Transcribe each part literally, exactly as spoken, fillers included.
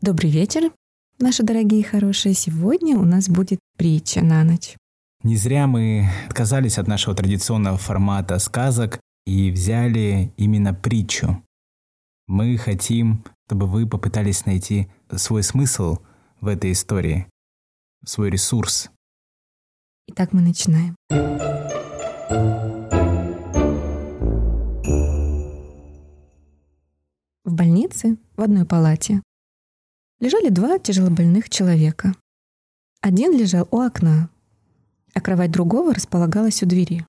Добрый вечер, наши дорогие и хорошие. Сегодня у нас будет притча на ночь. Не зря мы отказались от нашего традиционного формата сказок и взяли именно притчу. Мы хотим, чтобы вы попытались найти свой смысл в этой истории, свой ресурс. Итак, мы начинаем. В больнице, в одной палате, лежали два тяжелобольных человека. Один лежал у окна, а кровать другого располагалась у двери.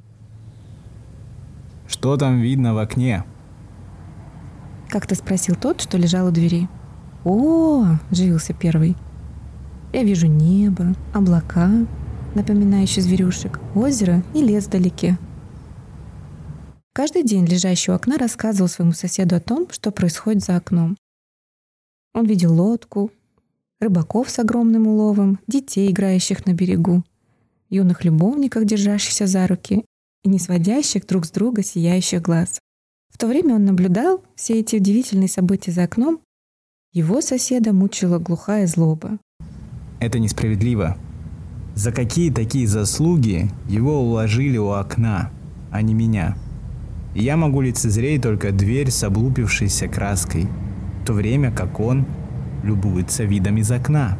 «Что там видно в окне?» — как-то спросил тот, что лежал у двери. «О, — оживился первый, — я вижу небо, облака, напоминающие зверюшек, озеро и лес вдалеке». Каждый день лежащий у окна рассказывал своему соседу о том, что происходит за окном. Он видел лодку, рыбаков с огромным уловом, детей, играющих на берегу, юных любовников, держащихся за руки и не сводящих друг с друга сияющих глаз. В то время он наблюдал все эти удивительные события за окном. Его соседа мучила глухая злоба. Это несправедливо. За какие такие заслуги его уложили у окна, а не меня? И я могу лицезреть только дверь с облупившейся краской, в то время как он любуется видом из окна.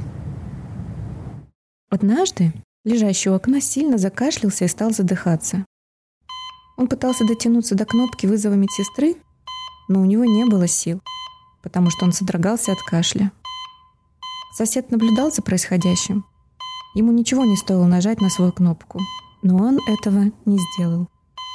Однажды лежащий у окна сильно закашлялся и стал задыхаться. Он пытался дотянуться до кнопки вызова медсестры, но у него не было сил, потому что он содрогался от кашля. Сосед наблюдал за происходящим. Ему ничего не стоило нажать на свою кнопку, но он этого не сделал.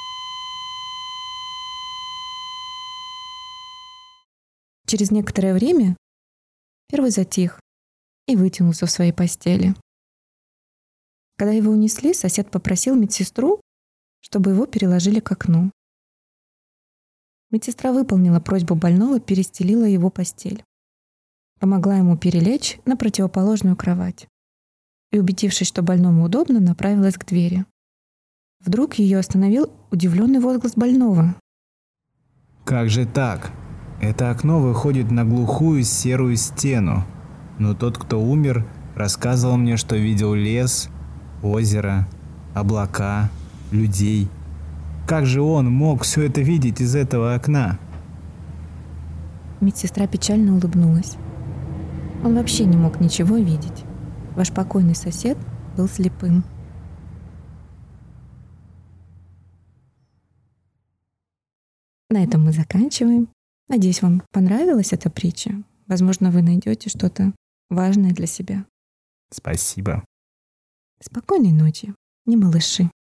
Через некоторое время первый затих и вытянулся в своей постели. Когда его унесли, сосед попросил медсестру, чтобы его переложили к окну. Медсестра выполнила просьбу больного, перестелила его постель. Помогла ему перелечь на противоположную кровать. И, убедившись, что больному удобно, направилась к двери. Вдруг ее остановил удивленный возглас больного. «Как же так? Это окно выходит на глухую серую стену. Но тот, кто умер, рассказывал мне, что видел лес, озеро, облака, людей. Как же он мог все это видеть из этого окна?» Медсестра печально улыбнулась. Он вообще не мог ничего видеть. Ваш покойный сосед был слепым. На этом мы заканчиваем. Надеюсь, вам понравилась эта притча. Возможно, вы найдете что-то важное для себя. Спасибо. Спокойной ночи, не малыши.